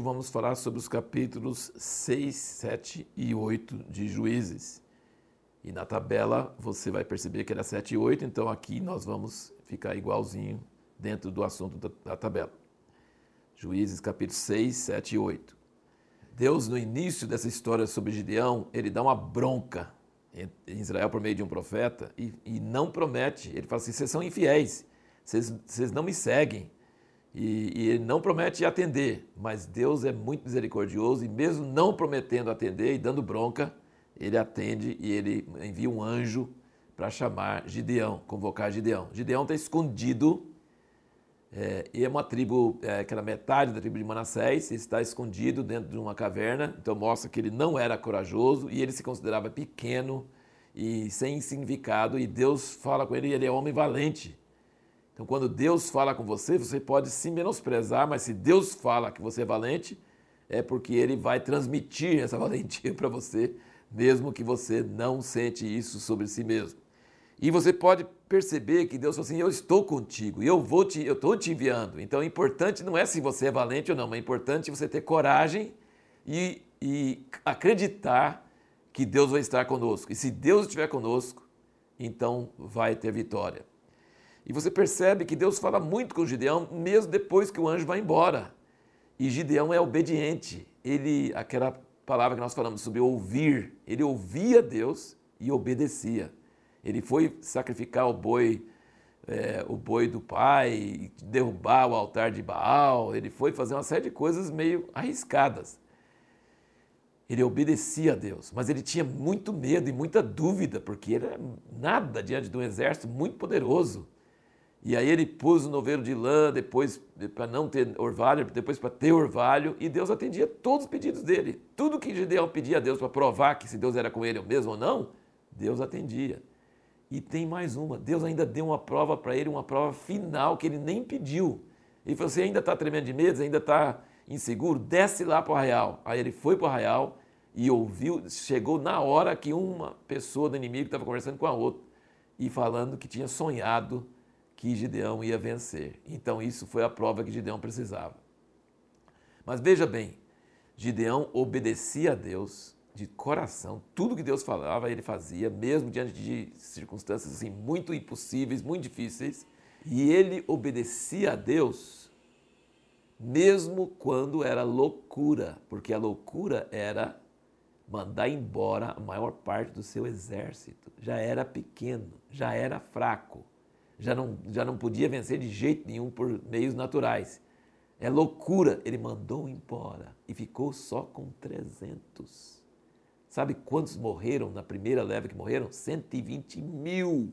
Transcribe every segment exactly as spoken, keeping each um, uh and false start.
vamos falar sobre os capítulos seis, sete e oito de Juízes. E na tabela você vai perceber que era sete e oito, então aqui nós vamos ficar igualzinho dentro do assunto da, da tabela. Juízes capítulos seis, sete e oito. Deus, no início dessa história sobre Gideão, ele dá uma bronca em Israel por meio de um profeta e, e não promete. Ele fala assim, vocês são infiéis, vocês, vocês não me seguem. E, e ele não promete atender, mas Deus é muito misericordioso e mesmo não prometendo atender e dando bronca, ele atende e ele envia um anjo para chamar Gideão, convocar Gideão. Gideão está escondido, é, e é uma tribo, é, aquela metade da tribo de Manassés, ele está escondido dentro de uma caverna, então mostra que ele não era corajoso e ele se considerava pequeno e sem significado, e Deus fala com ele e ele é homem valente. Então, quando Deus fala com você, você pode se menosprezar, mas se Deus fala que você é valente, é porque Ele vai transmitir essa valentia para você, mesmo que você não sente isso sobre si mesmo. E você pode perceber que Deus falou assim, eu estou contigo, eu vou te, eu estou te enviando. Então, o importante não é se você é valente ou não, mas é importante você ter coragem e, e acreditar que Deus vai estar conosco. E se Deus estiver conosco, então vai ter vitória. E você percebe que Deus fala muito com Gideão, mesmo depois que o anjo vai embora. E Gideão é obediente. Ele, aquela palavra que nós falamos sobre ouvir, ele ouvia Deus e obedecia. Ele foi sacrificar o boi, é, o boi do pai, derrubar o altar de Baal, ele foi fazer uma série de coisas meio arriscadas. Ele obedecia a Deus, mas ele tinha muito medo e muita dúvida, porque ele era nada diante de um exército muito poderoso. E aí ele pôs o novelo de lã, depois para não ter orvalho, depois para ter orvalho, e Deus atendia todos os pedidos dele. Tudo que Gideão pedia a Deus para provar que se Deus era com ele mesmo ou não, Deus atendia. E tem mais uma, Deus ainda deu uma prova para ele, uma prova final que ele nem pediu. Ele falou, você ainda está tremendo de medo, ainda está inseguro? Desce lá para o arraial. Aí ele foi para o arraial e ouviu, chegou na hora que uma pessoa do inimigo estava conversando com a outra e falando que tinha sonhado que Gideão ia vencer. Então isso foi a prova que Gideão precisava. Mas veja bem, Gideão obedecia a Deus de coração, tudo que Deus falava ele fazia, mesmo diante de circunstâncias assim, muito impossíveis, muito difíceis, e ele obedecia a Deus mesmo quando era loucura, porque a loucura era mandar embora a maior parte do seu exército. Já era pequeno, já era fraco. Já não, já não podia vencer de jeito nenhum por meios naturais. É loucura. Ele mandou embora e ficou só com trezentos. Sabe quantos morreram na primeira leva que morreram? cento e vinte mil.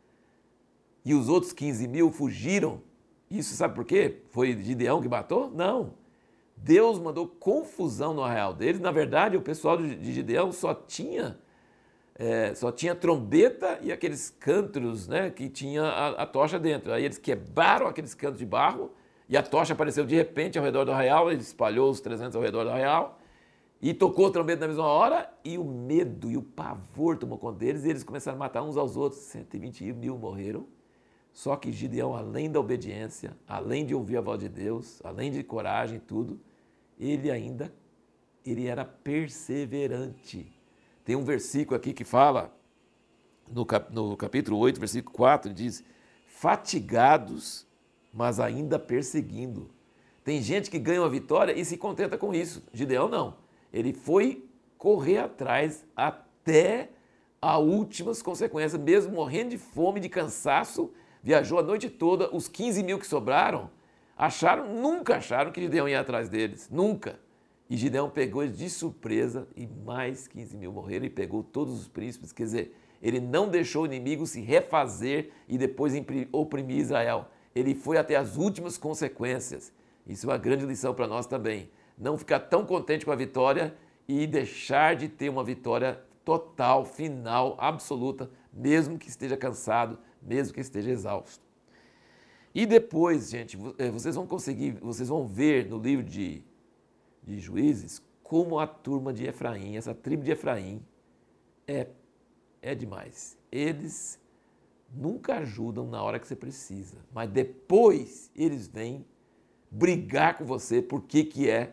E os outros quinze mil fugiram. Isso sabe por quê? Foi Gideão que matou? Não. Deus mandou confusão no arraial deles. Na verdade, o pessoal de Gideão só tinha... É, só tinha trombeta e aqueles cântaros, né, que tinha a, a tocha dentro. Aí eles quebraram aqueles cantos de barro e a tocha apareceu de repente ao redor do arraial, ele espalhou os trezentos ao redor do arraial e tocou a trombeta na mesma hora e o medo e o pavor tomou conta deles e eles começaram a matar uns aos outros. cento e vinte mil morreram. Só que Gideão, além da obediência, além de ouvir a voz de Deus, além de coragem e tudo, ele ainda ele era perseverante. Tem um versículo aqui que fala, no, cap, no capítulo oito, versículo quatro, diz, fatigados, mas ainda perseguindo. Tem gente que ganha uma vitória e se contenta com isso. Gideão não. Ele foi correr atrás até as últimas consequências, mesmo morrendo de fome, de cansaço, viajou a noite toda, os quinze mil que sobraram, acharam, nunca acharam que Gideão ia atrás deles, nunca. E Gideão pegou eles de surpresa e mais quinze mil morreram e pegou todos os príncipes. Quer dizer, ele não deixou o inimigo se refazer e depois oprimir Israel. Ele foi até as últimas consequências. Isso é uma grande lição para nós também. Não ficar tão contente com a vitória e deixar de ter uma vitória total, final, absoluta, mesmo que esteja cansado, mesmo que esteja exausto. E depois, gente, vocês vão conseguir, vocês vão ver no livro de de Juízes, como a turma de Efraim, essa tribo de Efraim, é, é demais. Eles nunca ajudam na hora que você precisa, mas depois eles vêm brigar com você por que que é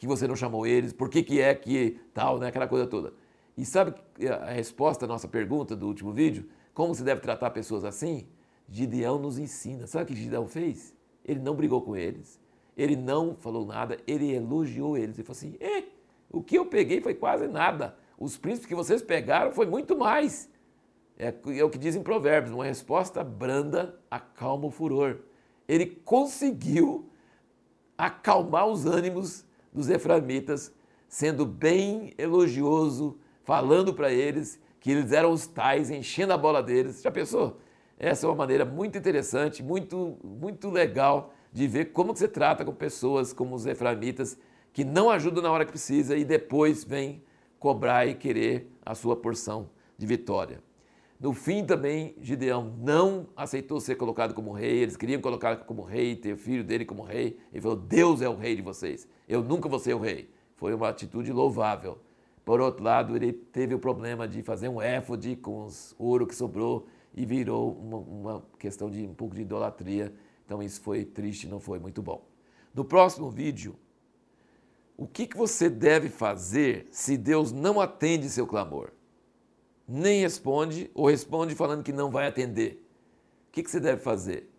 que você não chamou eles, por que, que é que tal, né? Aquela coisa toda. E sabe a resposta à nossa pergunta do último vídeo? Como se deve tratar pessoas assim? Gideão nos ensina. Sabe o que Gideão fez? Ele não brigou com eles, ele não falou nada, ele elogiou eles. Ele falou assim, eh, o que eu peguei foi quase nada. Os príncipes que vocês pegaram foi muito mais. É, é o que diz em Provérbios, uma resposta branda acalma o furor. Ele conseguiu acalmar os ânimos dos efraimitas, sendo bem elogioso, falando para eles que eles eram os tais, enchendo a bola deles. Já pensou? Essa é uma maneira muito interessante, muito, muito legal de ver como que você trata com pessoas como os efraimitas, que não ajudam na hora que precisa e depois vem cobrar e querer a sua porção de vitória. No fim também, Gideão não aceitou ser colocado como rei, eles queriam colocar como rei, ter o filho dele como rei. Ele falou, Deus é o rei de vocês, eu nunca vou ser o rei. Foi uma atitude louvável. Por outro lado, ele teve o problema de fazer um éfode com os ouro que sobrou e virou uma, uma questão de um pouco de idolatria. Então isso foi triste, não foi muito bom. No próximo vídeo, o que, que você deve fazer se Deus não atende seu clamor? Nem responde ou responde falando que não vai atender. O que, que você deve fazer?